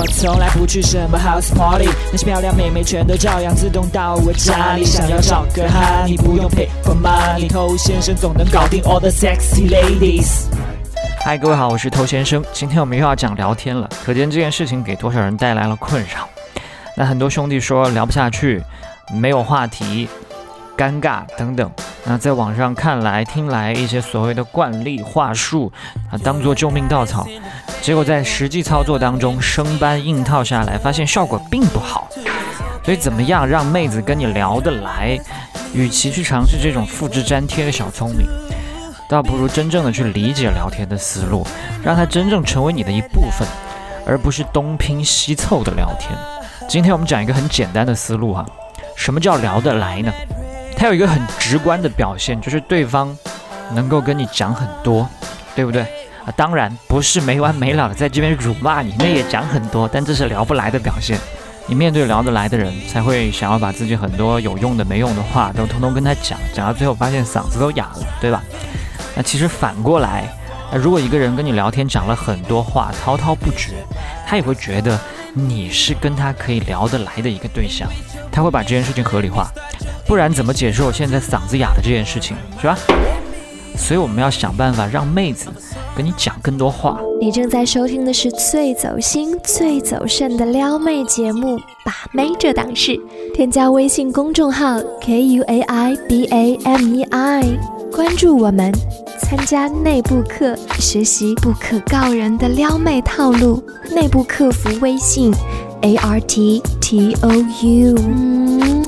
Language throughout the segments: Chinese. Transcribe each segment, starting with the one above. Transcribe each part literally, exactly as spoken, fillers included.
我从来不去什么 house party， 那些漂亮妹妹全都照样自动到我家里。想要找个哈，你不用 pay for money， 偷先生总能搞定 all the sexy ladies。 嗨，各位好，我是偷先生。今天我们又要讲聊天了，可见这件事情给多少人带来了困扰。那很多兄弟说聊不下去，没有话题，尴尬等等。那在网上看来听来，一些所谓的惯例话术啊，当作救命稻草，结果在实际操作当中生搬硬套下来，发现效果并不好。所以怎么样让妹子跟你聊得来，与其去尝试这种复制粘贴的小聪明，倒不如真正的去理解聊天的思路，让它真正成为你的一部分，而不是东拼西凑的聊天。今天我们讲一个很简单的思路哈，什么叫聊得来呢？它有一个很直观的表现，就是对方能够跟你讲很多，对不对啊？当然不是没完没了的在这边辱骂你，那也讲很多，但这是聊不来的表现。你面对聊得来的人，才会想要把自己很多有用的没用的话都通通跟他讲，讲到最后发现嗓子都哑了，对吧？那其实反过来，如果一个人跟你聊天讲了很多话，滔滔不绝，他也会觉得你是跟他可以聊得来的一个对象，他会把这件事情合理化，不然怎么解释我现在嗓子哑的这件事情，是吧？所以我们要想办法让妹子跟你讲更多话。 你正在收听的是最走心最走肾的撩妹节目《把妹这档事》，添加微信公众号 K U A I B A M E I， 关注我们，参加内部课，学习不可告人的撩妹套路。内部客服微信 A R T T O U。嗯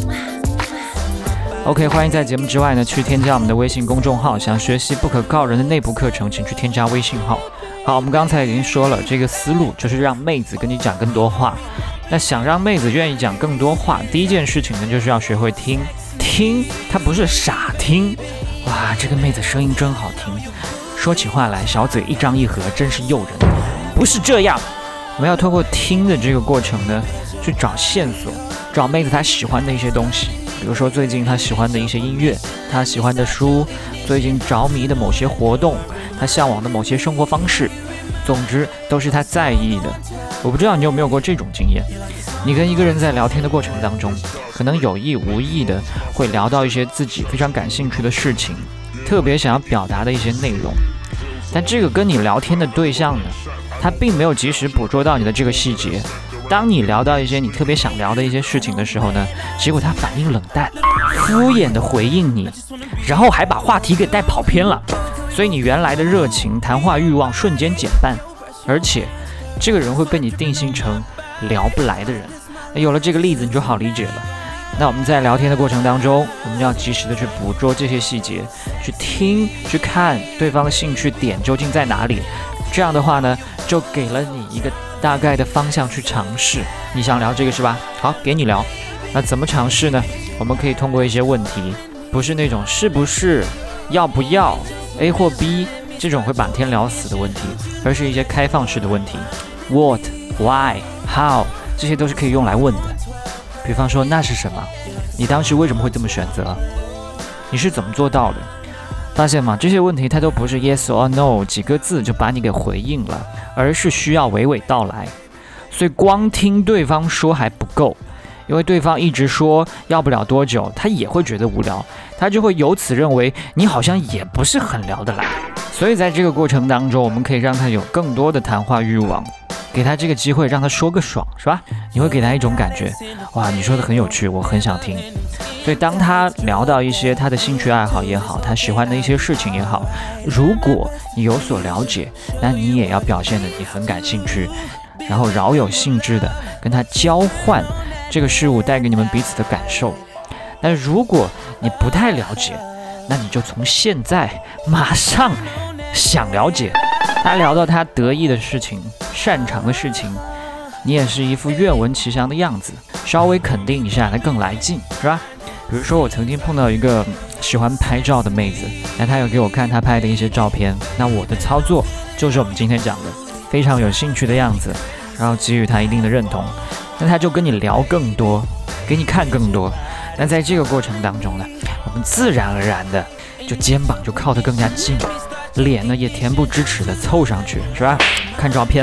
OK， 欢迎在节目之外呢去添加我们的微信公众号，想学习不可告人的内部课程，请去添加微信号。好，我们刚才已经说了，这个思路就是让妹子跟你讲更多话。那想让妹子愿意讲更多话，第一件事情呢，就是要学会听。听，它不是傻听。哇，这个妹子声音真好听，说起话来小嘴一张一合，真是诱人。不是这样，我们要通过听的这个过程呢，去找线索，找妹子她喜欢的一些东西。比如说最近他喜欢的一些音乐，他喜欢的书，最近着迷的某些活动，他向往的某些生活方式，总之都是他在意的。我不知道你有没有过这种经验，你跟一个人在聊天的过程当中，可能有意无意的会聊到一些自己非常感兴趣的事情，特别想要表达的一些内容，但这个跟你聊天的对象呢，他并没有及时捕捉到你的这个细节。当你聊到一些你特别想聊的一些事情的时候呢，结果他反应冷淡，敷衍的回应你，然后还把话题给带跑偏了，所以你原来的热情、谈话欲望瞬间减半，而且这个人会被你定性成聊不来的人。有了这个例子你就好理解了。那我们在聊天的过程当中，我们要及时的去捕捉这些细节，去听、去看对方的兴趣点究竟在哪里。这样的话呢，就给了你一个大概的方向去尝试。你想聊这个是吧？好，给你聊。那怎么尝试呢？我们可以通过一些问题，不是那种是不是、要不要、A 或 B 这种会把天聊死的问题，而是一些开放式的问题。What, Why, How 这些都是可以用来问的。比方说那是什么？你当时为什么会这么选择？你是怎么做到的？发现吗？这些问题它都不是 yes or no 几个字就把你给回应了，而是需要娓娓道来。所以光听对方说还不够，因为对方一直说要不了多久，他也会觉得无聊，他就会由此认为你好像也不是很聊得来。所以在这个过程当中，我们可以让他有更多的谈话欲望，给他这个机会让他说个爽，是吧？你会给他一种感觉，哇，你说的很有趣，我很想听。所以当他聊到一些他的兴趣爱好也好，他喜欢的一些事情也好，如果你有所了解，那你也要表现得你很感兴趣，然后饶有兴致的跟他交换这个事物带给你们彼此的感受。但如果你不太了解，那你就从现在马上想了解。他聊到他得意的事情、擅长的事情，你也是一副愿闻其详的样子，稍微肯定一下，他更来劲，是吧？比如说我曾经碰到一个喜欢拍照的妹子，那她有给我看她拍的一些照片，那我的操作就是我们今天讲的非常有兴趣的样子，然后给予她一定的认同，那她就跟你聊更多，给你看更多。那在这个过程当中呢，我们自然而然的就肩膀就靠得更加近，脸呢也恬不知耻的凑上去，是吧？看照片嘛，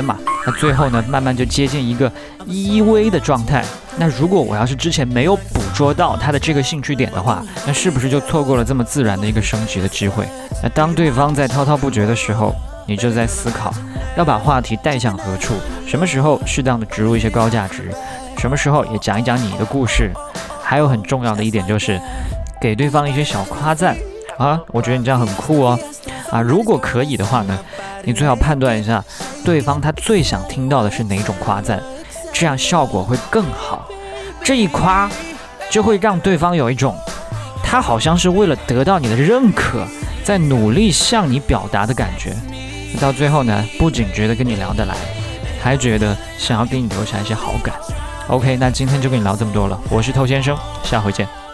那最后呢，慢慢就接近一个依偎的状态。那如果我要是之前没有捕捉到他的这个兴趣点的话，那是不是就错过了这么自然的一个升级的机会？那当对方在滔滔不绝的时候，你就在思考要把话题带向何处，什么时候适当的植入一些高价值，什么时候也讲一讲你的故事。还有很重要的一点就是给对方一些小夸赞啊，我觉得你这样很酷哦啊！如果可以的话呢，你最好判断一下对方他最想听到的是哪种夸赞，这样效果会更好。这一夸就会让对方有一种他好像是为了得到你的认可在努力向你表达的感觉。到最后呢，不仅觉得跟你聊得来，还觉得想要给你留下一些好感。OK， 那今天就跟你聊这么多了，我是透先生，下回见。